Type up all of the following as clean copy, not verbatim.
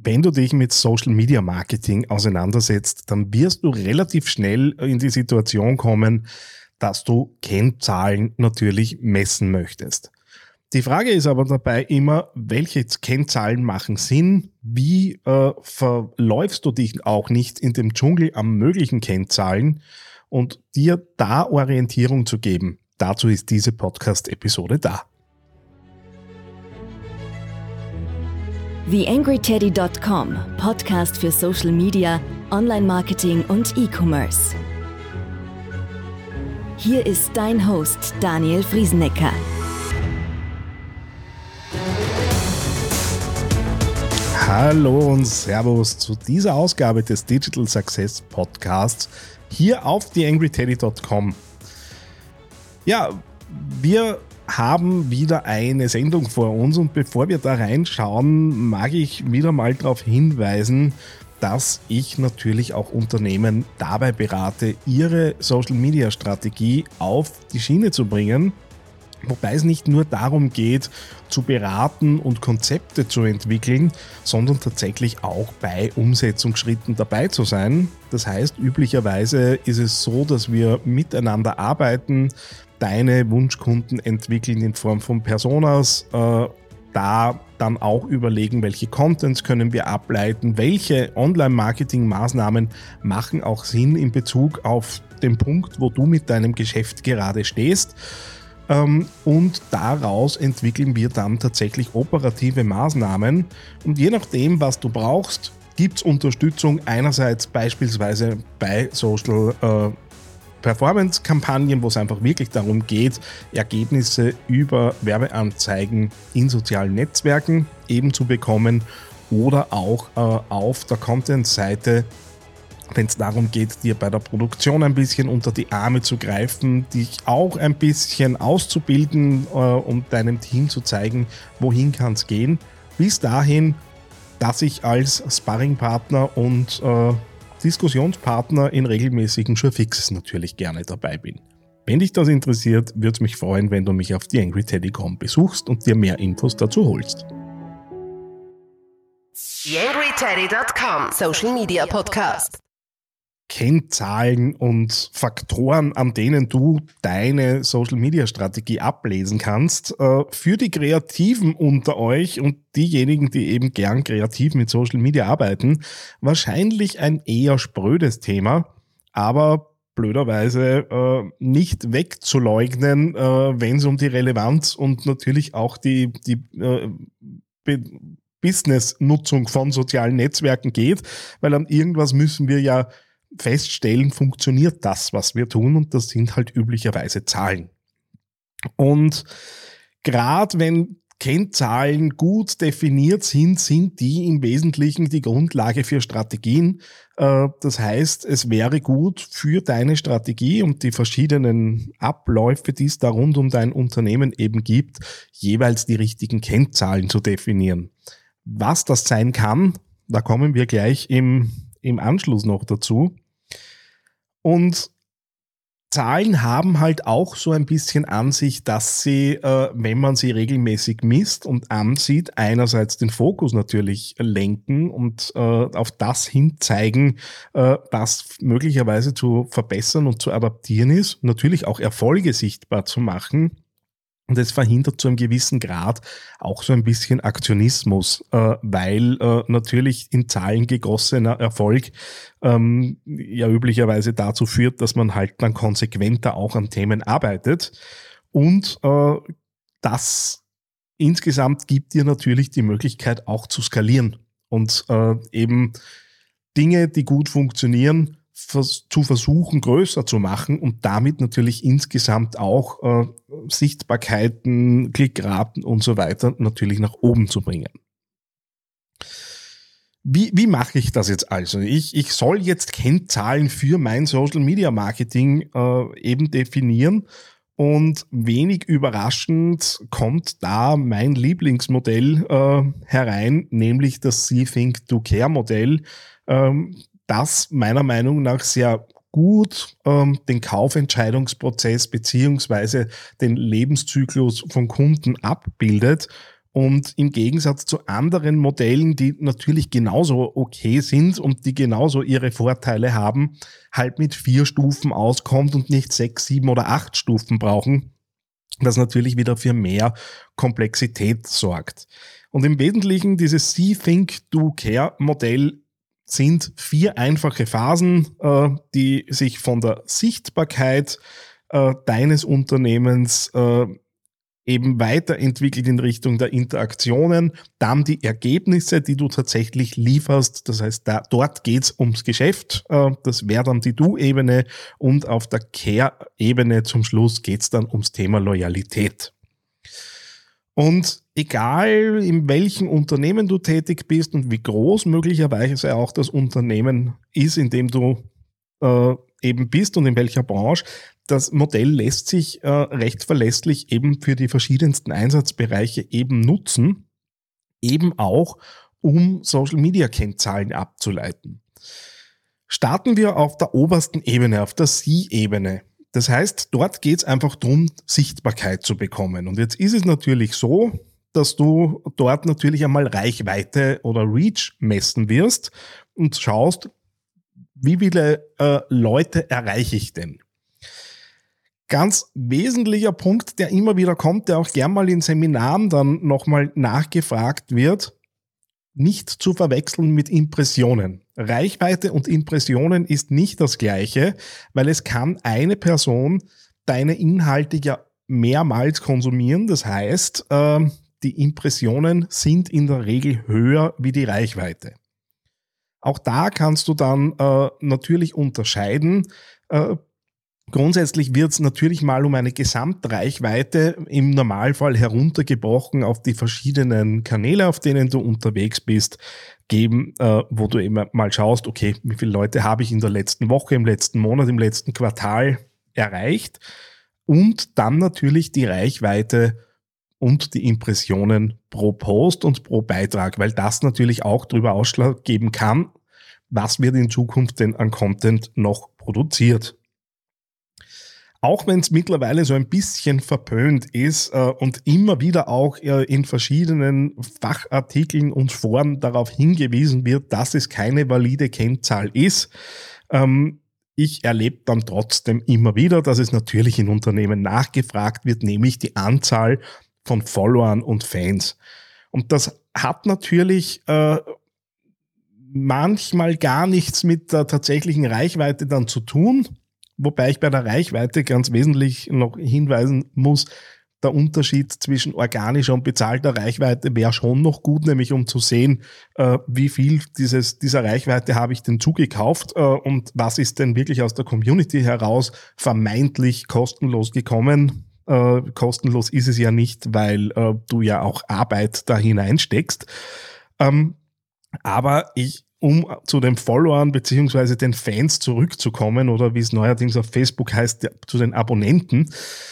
Wenn du dich mit Social Media Marketing auseinandersetzt, dann wirst du relativ schnell in die Situation kommen, dass du Kennzahlen natürlich messen möchtest. Die Frage ist aber dabei immer, welche Kennzahlen machen Sinn? Wie verläufst du dich auch nicht in dem Dschungel an möglichen Kennzahlen und dir da Orientierung zu geben? Dazu ist diese Podcast-Episode da. TheAngryTeddy.com, Podcast für Social Media, Online-Marketing und E-Commerce. Hier ist dein Host Daniel Friesenecker. Hallo und Servus zu dieser Ausgabe des Digital Success Podcasts hier auf TheAngryTeddy.com. Ja, wir haben wieder eine Sendung vor uns und bevor wir da reinschauen, mag ich wieder mal darauf hinweisen, dass ich natürlich auch Unternehmen dabei berate, ihre Social-Media-Strategie auf die Schiene zu bringen. Wobei es nicht nur darum geht, zu beraten und Konzepte zu entwickeln, sondern tatsächlich auch bei Umsetzungsschritten dabei zu sein. Das heißt, üblicherweise ist es so, dass wir miteinander arbeiten, deine Wunschkunden entwickeln in Form von Personas, da dann auch überlegen, welche Contents können wir ableiten, welche Online-Marketing-Maßnahmen machen auch Sinn in Bezug auf den Punkt, wo du mit deinem Geschäft gerade stehst. Und daraus entwickeln wir dann tatsächlich operative Maßnahmen. Und je nachdem, was du brauchst, gibt es Unterstützung einerseits beispielsweise bei Social Performance-Kampagnen, wo es einfach wirklich darum geht, Ergebnisse über Werbeanzeigen in sozialen Netzwerken eben zu bekommen oder auch auf der Content-Seite, wenn es darum geht, dir bei der Produktion ein bisschen unter die Arme zu greifen, dich auch ein bisschen auszubilden, um deinem Team zu zeigen, wohin kann es gehen. Bis dahin, dass ich als Sparringpartner und Diskussionspartner in regelmäßigen Surefixes natürlich gerne dabei bin. Wenn dich das interessiert, würde es mich freuen, wenn du mich auf TheAngryTeddy.com besuchst und dir mehr Infos dazu holst. TheAngryTeddy.com Social Media Podcast. Kennzahlen und Faktoren, an denen du deine Social-Media-Strategie ablesen kannst. Für die Kreativen unter euch und diejenigen, die eben gern kreativ mit Social Media arbeiten, wahrscheinlich ein eher sprödes Thema, aber blöderweise nicht wegzuleugnen, wenn es um die Relevanz und natürlich auch die Business-Nutzung von sozialen Netzwerken geht, weil an irgendwas müssen wir ja feststellen, funktioniert das, was wir tun, und das sind halt üblicherweise Zahlen. Und gerade wenn Kennzahlen gut definiert sind, sind die im Wesentlichen die Grundlage für Strategien. Das heißt, es wäre gut für deine Strategie und die verschiedenen Abläufe, die es da rund um dein Unternehmen eben gibt, jeweils die richtigen Kennzahlen zu definieren. Was das sein kann, da kommen wir gleich im Anschluss noch dazu. Und Zahlen haben halt auch so ein bisschen an sich, dass sie, wenn man sie regelmäßig misst und ansieht, einerseits den Fokus natürlich lenken und auf das hinzeigen, was möglicherweise zu verbessern und zu adaptieren ist, natürlich auch Erfolge sichtbar zu machen. Und es verhindert zu einem gewissen Grad auch so ein bisschen Aktionismus, weil natürlich in Zahlen gegossener Erfolg ja üblicherweise dazu führt, dass man halt dann konsequenter auch an Themen arbeitet. Und das insgesamt gibt dir natürlich die Möglichkeit auch zu skalieren und eben Dinge, die gut funktionieren, zu versuchen, größer zu machen und damit natürlich insgesamt auch Sichtbarkeiten, Klickraten und so weiter natürlich nach oben zu bringen. Wie mache ich das jetzt also? Ich soll jetzt Kennzahlen für mein Social Media Marketing eben definieren, und wenig überraschend kommt da mein Lieblingsmodell herein, nämlich das See Think Do Care Modell, das meiner Meinung nach sehr gut den Kaufentscheidungsprozess beziehungsweise den Lebenszyklus von Kunden abbildet und im Gegensatz zu anderen Modellen, die natürlich genauso okay sind und die genauso ihre Vorteile haben, halt mit 4 Stufen auskommt und nicht 6, 7 oder 8 Stufen brauchen, das natürlich wieder für mehr Komplexität sorgt. Und im Wesentlichen dieses See, Think, Do, Care Modell sind 4 einfache Phasen, die sich von der Sichtbarkeit deines Unternehmens eben weiterentwickelt in Richtung der Interaktionen, dann die Ergebnisse, die du tatsächlich lieferst, das heißt, dort geht's ums Geschäft, das wäre dann die Do-Ebene, und auf der Care-Ebene zum Schluss geht's dann ums Thema Loyalität. Und egal in welchem Unternehmen du tätig bist und wie groß möglicherweise auch das Unternehmen ist, in dem du eben bist und in welcher Branche, das Modell lässt sich recht verlässlich eben für die verschiedensten Einsatzbereiche eben nutzen, eben auch um Social-Media-Kennzahlen abzuleiten. Starten wir auf der obersten Ebene, auf der C-Ebene. Das heißt, dort geht es einfach darum, Sichtbarkeit zu bekommen. Und jetzt ist es natürlich so, dass du dort natürlich einmal Reichweite oder Reach messen wirst und schaust, wie viele Leute erreiche ich denn? Ganz wesentlicher Punkt, der immer wieder kommt, der auch gern mal in Seminaren dann nochmal nachgefragt wird, nicht zu verwechseln mit Impressionen. Reichweite und Impressionen ist nicht das Gleiche, weil es kann eine Person deine Inhalte ja mehrmals konsumieren. Das heißt, die Impressionen sind in der Regel höher wie die Reichweite. Auch da kannst du dann natürlich unterscheiden. Grundsätzlich wird es natürlich mal um eine Gesamtreichweite im Normalfall heruntergebrochen auf die verschiedenen Kanäle, auf denen du unterwegs bist, geben, wo du eben mal schaust, okay, wie viele Leute habe ich in der letzten Woche, im letzten Monat, im letzten Quartal erreicht, und dann natürlich die Reichweite und die Impressionen pro Post und pro Beitrag, weil das natürlich auch darüber Ausschlag geben kann, was wird in Zukunft denn an Content noch produziert. Auch wenn es mittlerweile so ein bisschen verpönt ist und immer wieder auch in verschiedenen Fachartikeln und Foren darauf hingewiesen wird, dass es keine valide Kennzahl ist, ich erlebe dann trotzdem immer wieder, dass es natürlich in Unternehmen nachgefragt wird, nämlich die Anzahl von Followern und Fans. Und das hat natürlich manchmal gar nichts mit der tatsächlichen Reichweite dann zu tun. Wobei ich bei der Reichweite ganz wesentlich noch hinweisen muss, der Unterschied zwischen organischer und bezahlter Reichweite wäre schon noch gut, nämlich um zu sehen, wie viel dieser Reichweite habe ich denn zugekauft und was ist denn wirklich aus der Community heraus vermeintlich kostenlos gekommen. Kostenlos ist es ja nicht, weil du ja auch Arbeit da hineinsteckst. Aber um zu den Followern beziehungsweise den Fans zurückzukommen, oder wie es neuerdings auf Facebook heißt, zu den Abonnenten,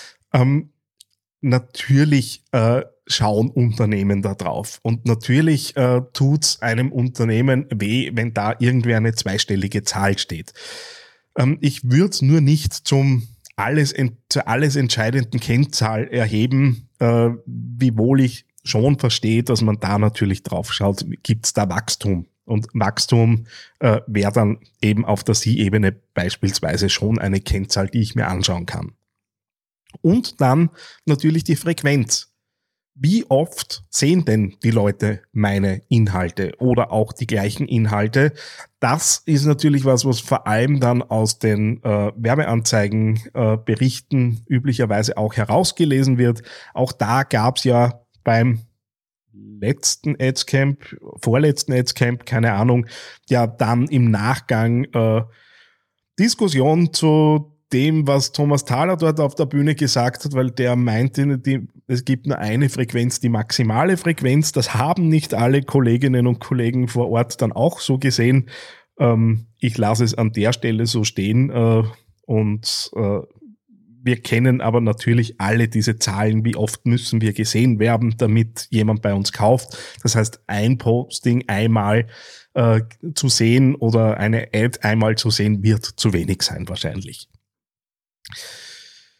natürlich schauen Unternehmen da drauf. Und natürlich tut's einem Unternehmen weh, wenn da irgendwie eine zweistellige Zahl steht. Ich würde es nur nicht zur alles entscheidenden Kennzahl erheben, wiewohl ich schon verstehe, dass man da natürlich drauf schaut, gibt's da Wachstum? Und Wachstum wäre dann eben auf der C-Ebene beispielsweise schon eine Kennzahl, die ich mir anschauen kann. Und dann natürlich die Frequenz. Wie oft sehen denn die Leute meine Inhalte oder auch die gleichen Inhalte? Das ist natürlich was vor allem dann aus den Werbeanzeigenberichten üblicherweise auch herausgelesen wird. Auch da gab es ja beim vorletzten Adscamp, keine Ahnung, ja dann im Nachgang Diskussion zu dem, was Thomas Thaler dort auf der Bühne gesagt hat, weil der meinte, es gibt nur eine Frequenz, die maximale Frequenz. Das haben nicht alle Kolleginnen und Kollegen vor Ort dann auch so gesehen. Ich lasse es an der Stelle so stehen und wir kennen aber natürlich alle diese Zahlen, wie oft müssen wir gesehen werden, damit jemand bei uns kauft. Das heißt, ein Posting einmal zu sehen oder eine Ad einmal zu sehen, wird zu wenig sein wahrscheinlich.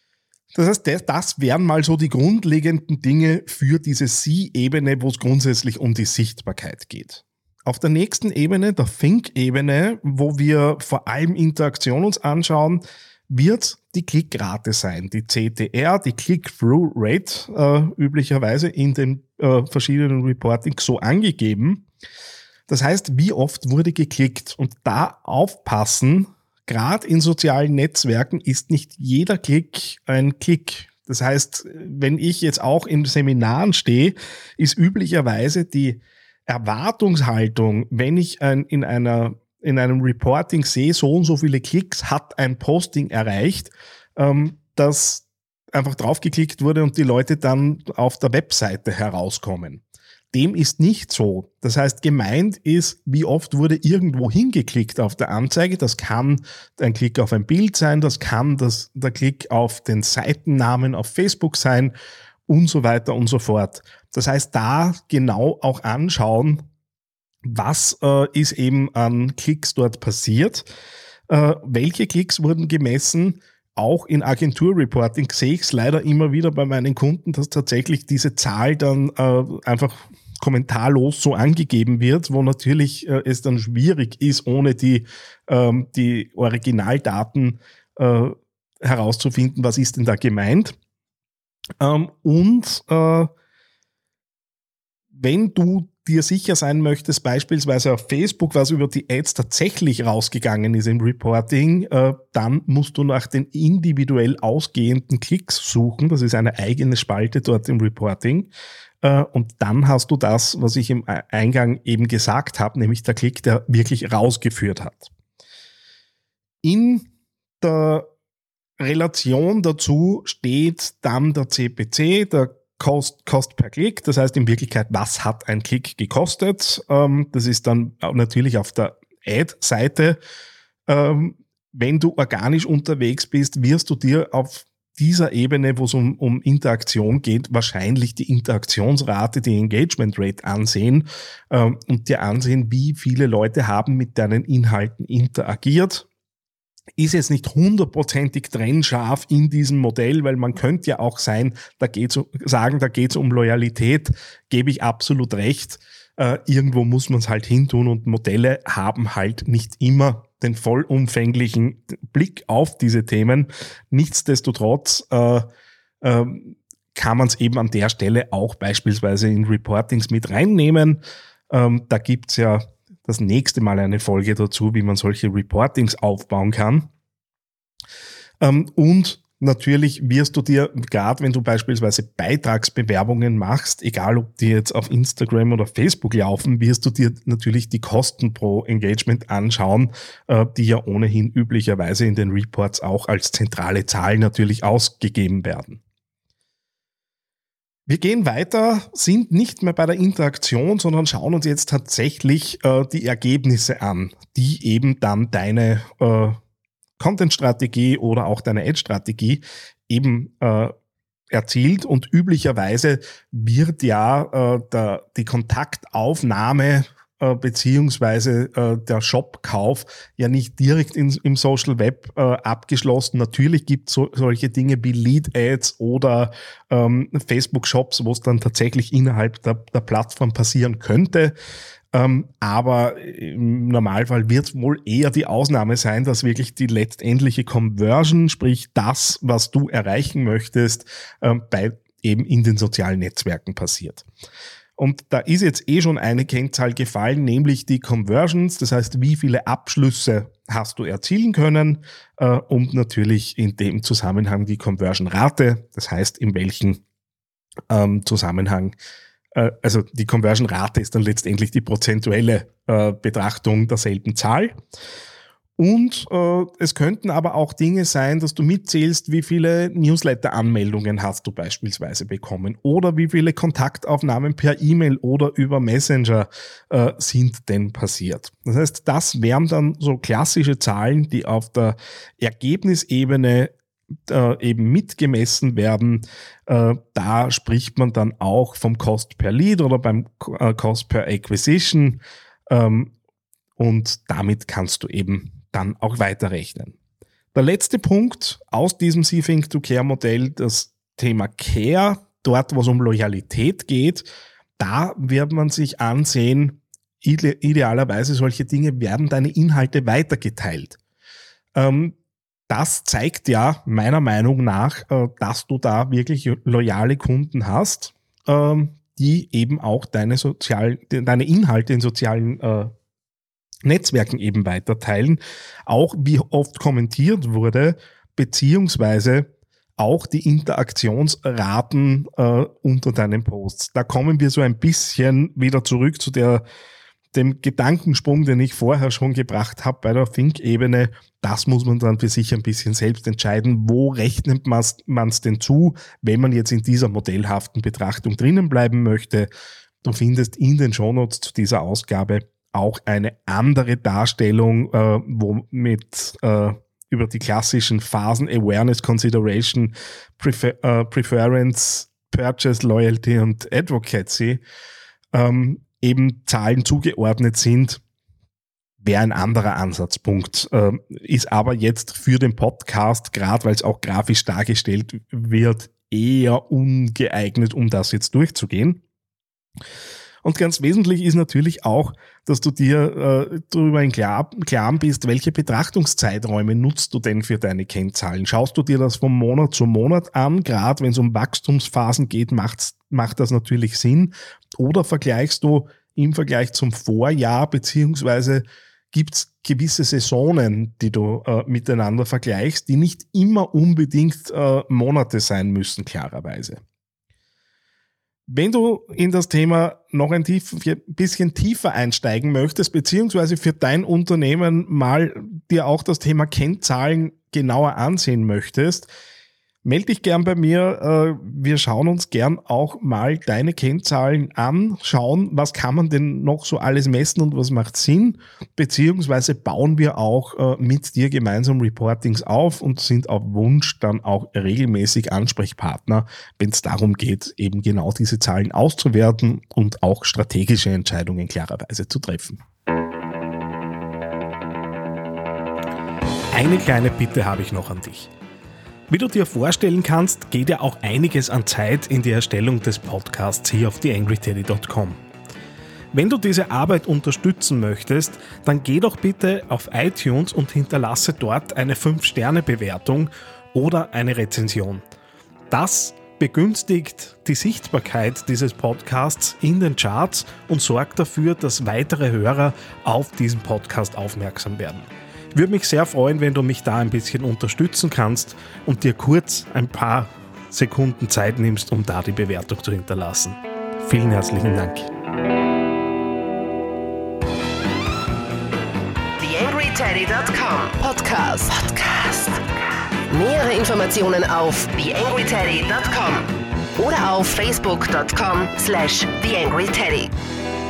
Das heißt, das wären mal so die grundlegenden Dinge für diese See-Ebene, wo es grundsätzlich um die Sichtbarkeit geht. Auf der nächsten Ebene, der Think-Ebene, wo wir vor allem Interaktion uns anschauen, wird die Klickrate sein, die CTR, die Click-Through-Rate, üblicherweise in den verschiedenen Reportings so angegeben. Das heißt, wie oft wurde geklickt? Und da aufpassen, gerade in sozialen Netzwerken ist nicht jeder Klick ein Klick. Das heißt, wenn ich jetzt auch in Seminaren stehe, ist üblicherweise die Erwartungshaltung, wenn ich in einem Reporting sehe, so und so viele Klicks hat ein Posting erreicht, dass einfach draufgeklickt wurde und die Leute dann auf der Webseite herauskommen. Dem ist nicht so. Das heißt, gemeint ist, wie oft wurde irgendwo hingeklickt auf der Anzeige. Das kann ein Klick auf ein Bild sein, das kann der Klick auf den Seitennamen auf Facebook sein und so weiter und so fort. Das heißt, da genau auch anschauen, was ist eben an Klicks dort passiert, welche Klicks wurden gemessen. Auch in Agenturreporting sehe ich es leider immer wieder bei meinen Kunden, dass tatsächlich diese Zahl dann einfach kommentarlos so angegeben wird, wo natürlich es dann schwierig ist, ohne die Originaldaten herauszufinden, was ist denn da gemeint. Wenn du dir sicher sein möchtest, beispielsweise auf Facebook, was über die Ads tatsächlich rausgegangen ist im Reporting, dann musst du nach den individuell ausgehenden Klicks suchen. Das ist eine eigene Spalte dort im Reporting. Und dann hast du das, was ich im Eingang eben gesagt habe, nämlich der Klick, der wirklich rausgeführt hat. In der Relation dazu steht dann der CPC, der Cost per Klick, das heißt in Wirklichkeit, was hat ein Klick gekostet? Das ist dann natürlich auf der Ad-Seite. Wenn du organisch unterwegs bist, wirst du dir auf dieser Ebene, wo es um Interaktion geht, wahrscheinlich die Interaktionsrate, die Engagement Rate ansehen und dir ansehen, wie viele Leute haben mit deinen Inhalten interagiert. Ist jetzt nicht 100%ig trennscharf in diesem Modell, weil man könnte ja auch da geht es um Loyalität, gebe ich absolut recht. Irgendwo muss man es halt hintun und Modelle haben halt nicht immer den vollumfänglichen Blick auf diese Themen. Nichtsdestotrotz kann man es eben an der Stelle auch beispielsweise in Reportings mit reinnehmen. Da gibt's ja das nächste Mal eine Folge dazu, wie man solche Reportings aufbauen kann. Und natürlich wirst du dir, gerade wenn du beispielsweise Beitragsbewerbungen machst, egal ob die jetzt auf Instagram oder Facebook laufen, wirst du dir natürlich die Kosten pro Engagement anschauen, die ja ohnehin üblicherweise in den Reports auch als zentrale Zahl natürlich ausgegeben werden. Wir gehen weiter, sind nicht mehr bei der Interaktion, sondern schauen uns jetzt tatsächlich die Ergebnisse an, die eben dann deine Content-Strategie oder auch deine Ad-Strategie eben erzielt. Und üblicherweise wird ja die Kontaktaufnahme beziehungsweise der Shopkauf ja nicht direkt im Social Web abgeschlossen. Natürlich gibt es solche Dinge wie Lead-Ads oder Facebook-Shops, wo es dann tatsächlich innerhalb der Plattform passieren könnte. Aber im Normalfall wird es wohl eher die Ausnahme sein, dass wirklich die letztendliche Conversion, sprich das, was du erreichen möchtest, eben in den sozialen Netzwerken passiert. Und da ist jetzt schon eine Kennzahl gefallen, nämlich die Conversions, das heißt, wie viele Abschlüsse hast du erzielen können und natürlich in dem Zusammenhang die Conversion-Rate, das heißt, in welchem Zusammenhang, also die Conversion-Rate ist dann letztendlich die prozentuelle Betrachtung derselben Zahl. Und es könnten aber auch Dinge sein, dass du mitzählst, wie viele Newsletter-Anmeldungen hast du beispielsweise bekommen oder wie viele Kontaktaufnahmen per E-Mail oder über Messenger sind denn passiert. Das heißt, das wären dann so klassische Zahlen, die auf der Ergebnisebene eben mitgemessen werden. Da spricht man dann auch vom Cost per Lead oder beim Cost per Acquisition und damit kannst du eben dann auch weiterrechnen. Der letzte Punkt aus diesem C-Think-to-Care-Modell, das Thema Care, dort, wo es um Loyalität geht, da wird man sich ansehen, idealerweise solche Dinge, werden deine Inhalte weitergeteilt. Das zeigt ja meiner Meinung nach, dass du da wirklich loyale Kunden hast, die eben auch deine Inhalte in sozialen Netzwerken eben weiterteilen. Auch wie oft kommentiert wurde, beziehungsweise auch die Interaktionsraten unter deinen Posts. Da kommen wir so ein bisschen wieder zurück zu dem Gedankensprung, den ich vorher schon gebracht habe bei der Think-Ebene. Das muss man dann für sich ein bisschen selbst entscheiden. Wo rechnet man es denn zu, wenn man jetzt in dieser modellhaften Betrachtung drinnen bleiben möchte? Du findest in den Shownotes zu dieser Ausgabe auch eine andere Darstellung, womit über die klassischen Phasen Awareness, Consideration, Preference, Purchase, Loyalty und Advocacy eben Zahlen zugeordnet sind, wäre ein anderer Ansatzpunkt. Ist aber jetzt für den Podcast, gerade weil es auch grafisch dargestellt wird, eher ungeeignet, um das jetzt durchzugehen. Und ganz wesentlich ist natürlich auch, dass du dir darüber im Klaren bist, welche Betrachtungszeiträume nutzt du denn für deine Kennzahlen? Schaust du dir das von Monat zu Monat an? Gerade wenn es um Wachstumsphasen geht, macht das natürlich Sinn. Oder vergleichst du im Vergleich zum Vorjahr, beziehungsweise gibt es gewisse Saisonen, die du miteinander vergleichst, die nicht immer unbedingt Monate sein müssen, klarerweise. Wenn du in das Thema noch ein bisschen tiefer einsteigen möchtest, beziehungsweise für dein Unternehmen mal dir auch das Thema Kennzahlen genauer ansehen möchtest, melde dich gern bei mir. Wir schauen uns gern auch mal deine Kennzahlen an, schauen, was kann man denn noch so alles messen und was macht Sinn, beziehungsweise bauen wir auch mit dir gemeinsam Reportings auf und sind auf Wunsch dann auch regelmäßig Ansprechpartner, wenn es darum geht, eben genau diese Zahlen auszuwerten und auch strategische Entscheidungen klarerweise zu treffen. Eine kleine Bitte habe ich noch an dich. Wie du dir vorstellen kannst, geht ja auch einiges an Zeit in die Erstellung des Podcasts hier auf theangryteddy.com. Wenn du diese Arbeit unterstützen möchtest, dann geh doch bitte auf iTunes und hinterlasse dort eine 5-Sterne-Bewertung oder eine Rezension. Das begünstigt die Sichtbarkeit dieses Podcasts in den Charts und sorgt dafür, dass weitere Hörer auf diesen Podcast aufmerksam werden. Ich würde mich sehr freuen, wenn du mich da ein bisschen unterstützen kannst und dir kurz ein paar Sekunden Zeit nimmst, um da die Bewertung zu hinterlassen. Vielen herzlichen Dank. TheAngryTeddy.com Podcast. Nähere Informationen auf TheAngryTeddy.com oder auf Facebook.com/TheAngryTeddy.